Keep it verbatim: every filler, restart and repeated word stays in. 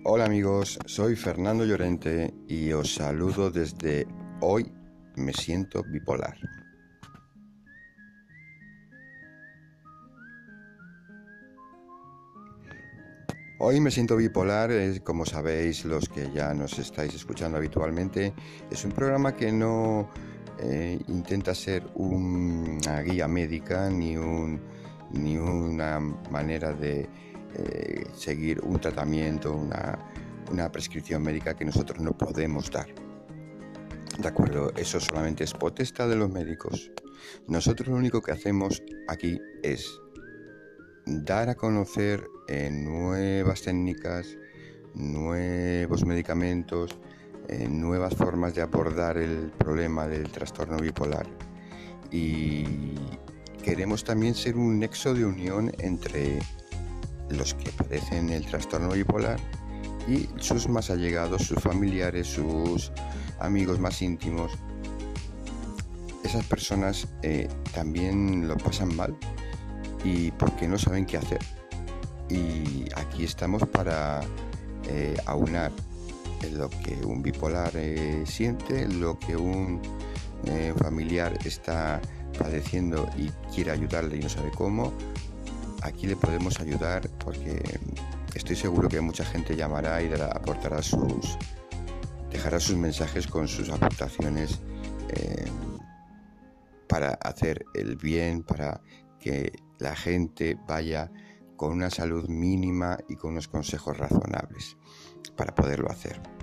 Hola amigos, soy Fernando Llorente y os saludo desde Hoy me siento bipolar. Hoy me siento bipolar, es, como sabéis los que ya nos estáis escuchando habitualmente, es un programa que no eh, intenta ser una guía médica ni, un, ni una manera de eh, seguir un tratamiento, una, una prescripción médica que nosotros no podemos dar. De acuerdo, eso solamente es potestad de los médicos. Nosotros lo único que hacemos aquí es dar a conocer eh, nuevas técnicas, nuevos medicamentos, eh, nuevas formas de abordar el problema del trastorno bipolar. Y queremos también ser un nexo de unión entre los que padecen el trastorno bipolar y sus más allegados, sus familiares, sus amigos más íntimos. Esas personas eh, también lo pasan mal y porque no saben qué hacer. Y aquí estamos para eh, aunar lo que un bipolar eh, siente, lo que un eh, familiar está padeciendo y quiere ayudarle y no sabe cómo. Aquí le podemos ayudar porque estoy seguro que mucha gente llamará y dará, aportará sus, dejará sus mensajes con sus aportaciones eh, para hacer el bien, para que la gente vaya con una salud mínima y con unos consejos razonables para poderlo hacer.